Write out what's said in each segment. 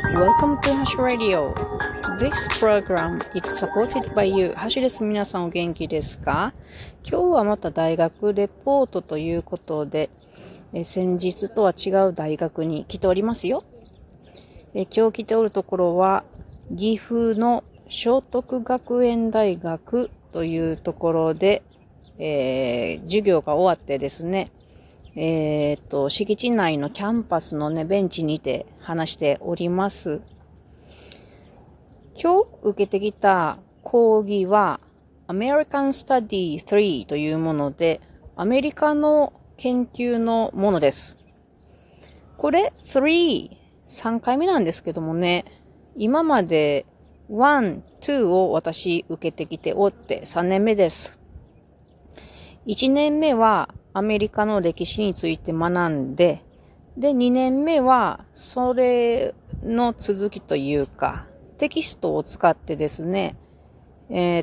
Welcome to Hash Radio. This program is supported by you. ハッシュです。皆さんお元気ですか？今日はまた大学レポートということで、先日とは違う大学に来ておりますよ。今日来ておるところは岐阜の聖徳学園大学というところで、授業が終わってですね、敷地内のキャンパスのね、ベンチにて話しております。今日受けてきた講義は American Study 3というもので、アメリカの研究のものです。これ3回目なんですけどもね、今まで1、2を私受けてきておって3年目です。1年目はアメリカの歴史について学んで、で、2年目はそれの続きというか、テキストを使ってですね、憲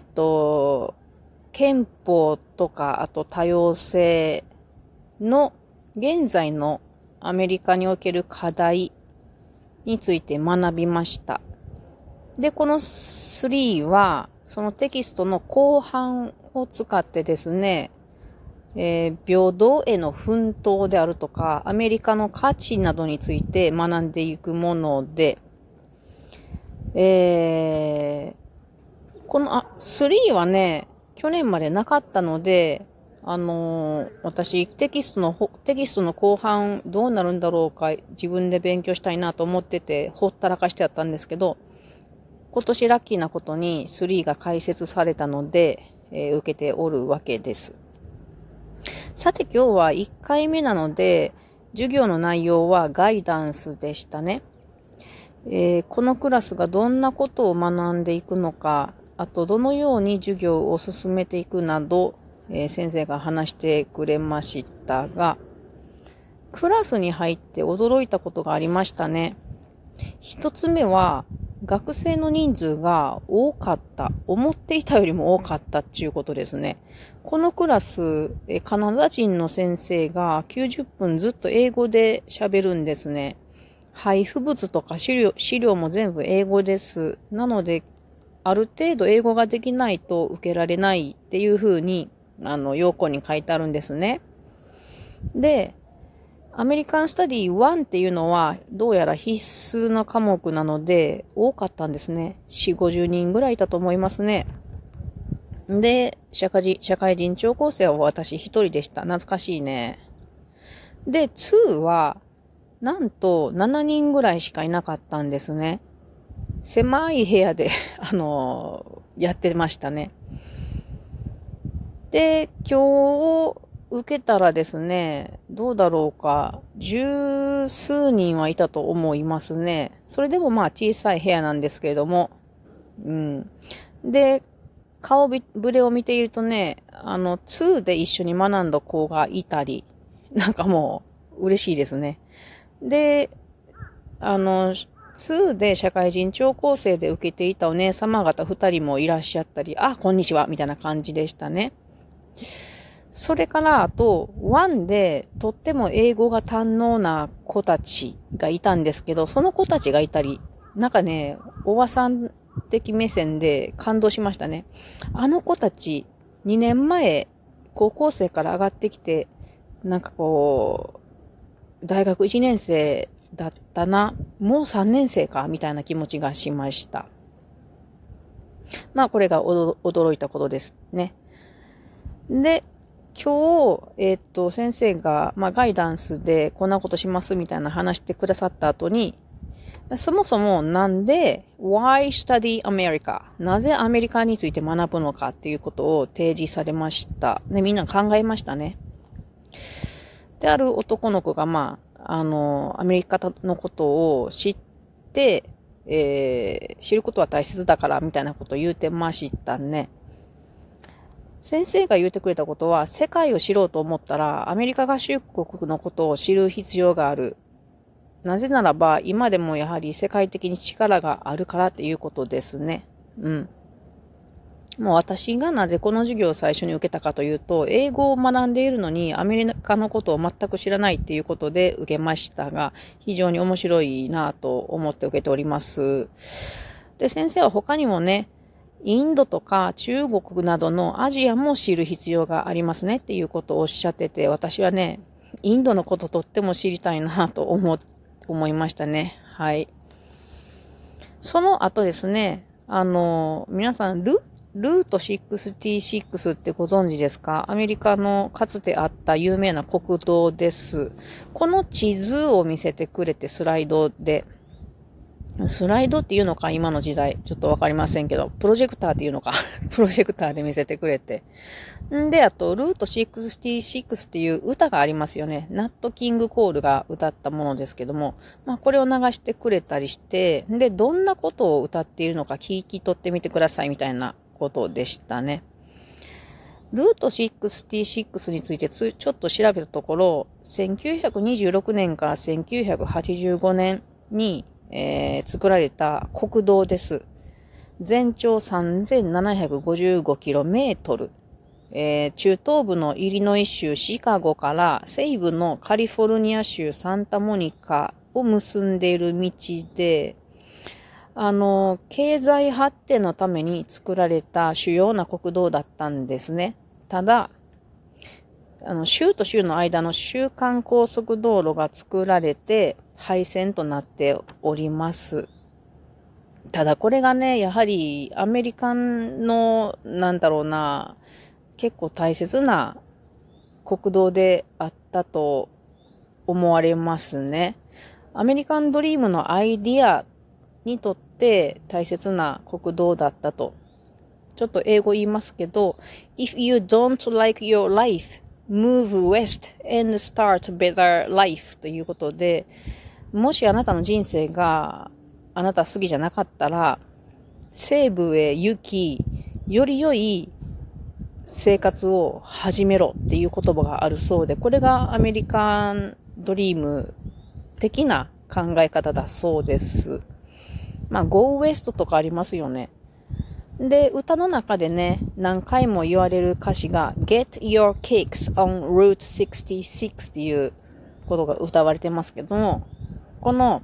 法とか、あと多様性の現在のアメリカにおける課題について学びました。で、この3は、そのテキストの後半を使ってですね、平等への奮闘であるとか、アメリカの価値などについて学んでいくもので、この3はね、去年までなかったので、私テキストの後半どうなるんだろうか、自分で勉強したいなと思ってて、ほったらかしてやったんですけど、今年ラッキーなことに3が開設されたので、受けておるわけです。さて今日は1回目なので、授業の内容はガイダンスでしたね。このクラスがどんなことを学んでいくのか、あとどのように授業を進めていくなど、先生が話してくれましたが、クラスに入って驚いたことがありましたね。一つ目は、学生の人数が多かった。思っていたよりも多かったっていうことですね。このクラス、カナダ人の先生が90分ずっと英語で喋るんですね。配布物とか資料も全部英語です。なので、ある程度英語ができないと受けられないっていうふうに、要項に書いてあるんですね。で、アメリカンスタディ1っていうのはどうやら必須の科目なので多かったんですね。4、50人ぐらいいたと思いますね。で、社会人聴講生は私一人でした。懐かしいね。で、2はなんと7人ぐらいしかいなかったんですね。狭い部屋でやってましたね。で、今日受けたらですね、どうだろうか、十数人はいたと思いますね。それでもまあ小さい部屋なんですけれども、うん。で、顔ぶれを見ているとね、2で一緒に学んだ子がいたり、なんかもう嬉しいですね。で、2で社会人聴講生で受けていたお姉様方2人もいらっしゃったり、あ、こんにちは、みたいな感じでしたね。それから、あと、1でとっても英語が堪能な子たちがいたんですけど、その子たちがいたり、なんかね、おばさん的目線で感動しましたね。あの子たち、2年前、高校生から上がってきて、なんかこう、大学1年生だったな、もう3年生か、みたいな気持ちがしました。まあ、これが驚いたことですね。で、今日、先生が、ガイダンスでこんなことしますみたいな話してくださった後に、そもそもなんで Why study America? なぜアメリカについて学ぶのかっていうことを提示されました。ね、みんな考えましたね。で、ある男の子が、アメリカのことを知って、知ることは大切だからみたいなことを言うてましたね。先生が言ってくれたことは、世界を知ろうと思ったら、アメリカ合衆国のことを知る必要がある。なぜならば、今でもやはり世界的に力があるからっていうことですね。うん。 もう私がなぜこの授業を最初に受けたかというと、英語を学んでいるのにアメリカのことを全く知らないっていうことで受けましたが、非常に面白いなと思って受けております。で、先生は他にもね、インドとか中国などのアジアも知る必要がありますねっていうことをおっしゃってて、私はね、インドのこととっても知りたいなと思いましたね。はい。その後ですね、皆さん、ルート66ってご存知ですか？アメリカのかつてあった有名な国道です。この地図を見せてくれてスライドで、スライドっていうのか今の時代、ちょっとわかりませんけど、プロジェクターっていうのかプロジェクターで見せてくれて。んで、あと、ルート66っていう歌がありますよね。ナット・キング・コールが歌ったものですけども、まあ、これを流してくれたりして、で、どんなことを歌っているのか聞き取ってみてくださいみたいなことでしたね。ルート66についてちょっと調べたところ、1926年から1985年に、作られた国道です。全長 3755km、中東部のイリノイ州シカゴから西部のカリフォルニア州サンタモニカを結んでいる道で、経済発展のために作られた主要な国道だったんですね。ただ、州と州の間の州間高速道路が作られて廃線となっております。ただこれがね、やはりアメリカの、結構大切な国道であったと思われますね。アメリカンドリームのアイディアにとって大切な国道だったと。ちょっと英語言いますけど、If you don't like your life, move west and start better life ということで、もしあなたの人生があなた好きじゃなかったら、西部へ行き、より良い生活を始めろっていう言葉があるそうで、これがアメリカンドリーム的な考え方だそうです。まあ、Go West とかありますよね。で、歌の中でね、何回も言われる歌詞が Get your kicks on Route 66っていうことが歌われてますけども、この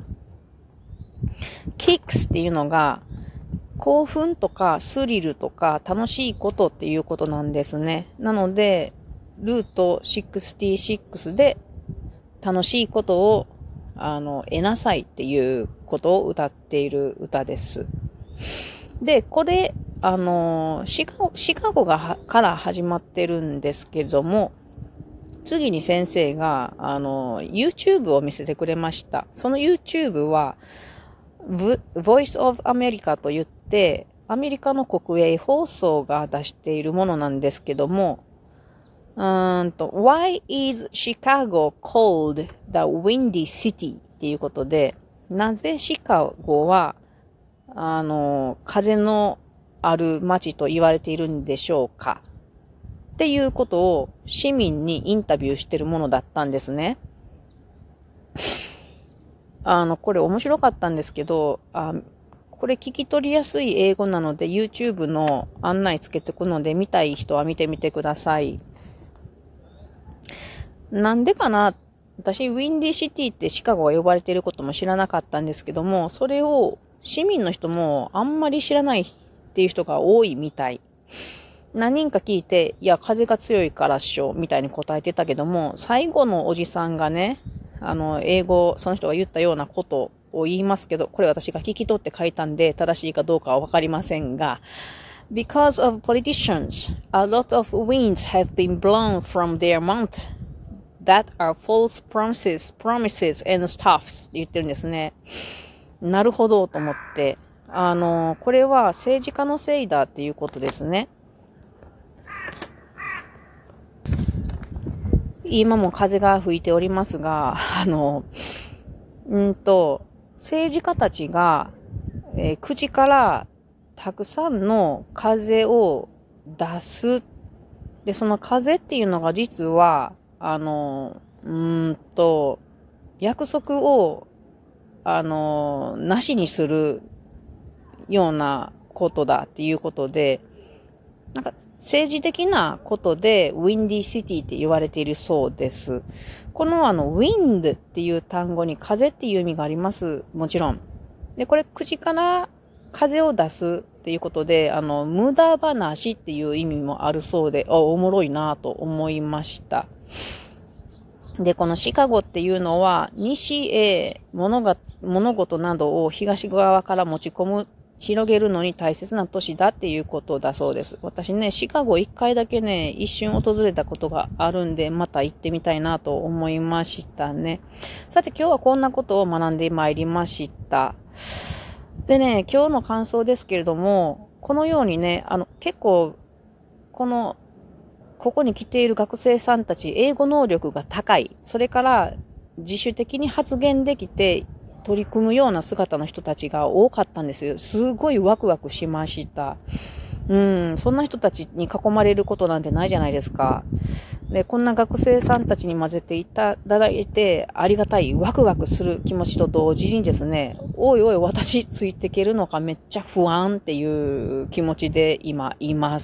kicks っていうのが興奮とかスリルとか楽しいことっていうことなんですね。なので、ルート66で楽しいことを得なさいっていうことを歌っている歌です。で、これ、シカゴから始まってるんですけども、次に先生が、YouTube を見せてくれました。その YouTube は、Voice of America と言って、アメリカの国営放送が出しているものなんですけども、Why is Chicago called the Windy City? っていうことで、なぜシカゴは、風のある街と言われているんでしょうかっていうことを市民にインタビューしてるものだったんですね。これ面白かったんですけど、これ聞き取りやすい英語なので YouTube の案内つけてくので見たい人は見てみてください。なんでかな？私、ウィンディシティってシカゴが呼ばれていることも知らなかったんですけども、それを市民の人もあんまり知らないっていう人が多いみたい。何人か聞いて、いや、風が強いからっしょ、みたいに答えてたけども、最後のおじさんがね、英語、その人が言ったようなことを言いますけど、これ私が聞き取って書いたんで、正しいかどうかはわかりませんが、Because of politicians, a lot of winds have been blown from their mouth.That are false promises and stuffs って言ってるんですね。なるほどと思って。これは政治家のせいだっていうことですね。今も風が吹いておりますが、政治家たちが、口からたくさんの風を出す。で、その風っていうのが実は、約束を、なしにするようなことだっていうことで、 なんか政治的なことでウィンディーシティって言われているそうです。このウィンドっていう単語に風っていう意味があります。もちろん。で、これ口から風を出すっていうことで、無駄話っていう意味もあるそうで、おもろいなと思いました。で、このシカゴっていうのは、西へ物事などを東側から持ち込む、広げるのに大切な都市だっていうことだそうです。私ね、シカゴ一回だけね、一瞬訪れたことがあるんで、また行ってみたいなと思いましたね。さて今日はこんなことを学んでまいりました。でね、今日の感想ですけれども、このようにね、結構、ここに来ている学生さんたち、英語能力が高い。それから自主的に発言できて取り組むような姿の人たちが多かったんですよ。すごいワクワクしました。そんな人たちに囲まれることなんてないじゃないですか。で、こんな学生さんたちに混ぜていただいて、ありがたい、ワクワクする気持ちと同時にですね、おいおい、私ついていけるのかめっちゃ不安っていう気持ちで今います。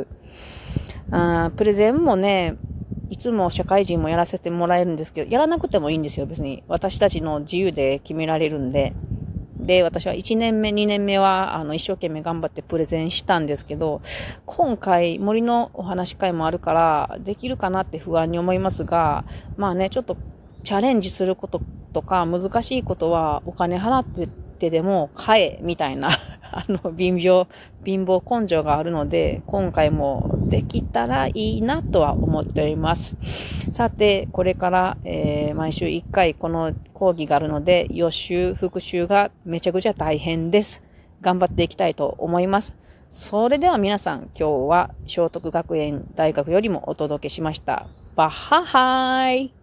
プレゼンもね、いつも社会人もやらせてもらえるんですけど、やらなくてもいいんですよ、別に。私たちの自由で決められるんで。で、私は1年目、2年目は、一生懸命頑張ってプレゼンしたんですけど、今回、森のお話会もあるから、できるかなって不安に思いますが、まあね、ちょっとチャレンジすることとか、難しいことはお金払ってでも買え、みたいな、貧乏根性があるので、今回もできたらいいなとは思っております。さて、これから、毎週1回この講義があるので、予習、復習がめちゃくちゃ大変です。頑張っていきたいと思います。それでは皆さん、今日は聖徳学園大学よりもお届けしました。バッハハーイ。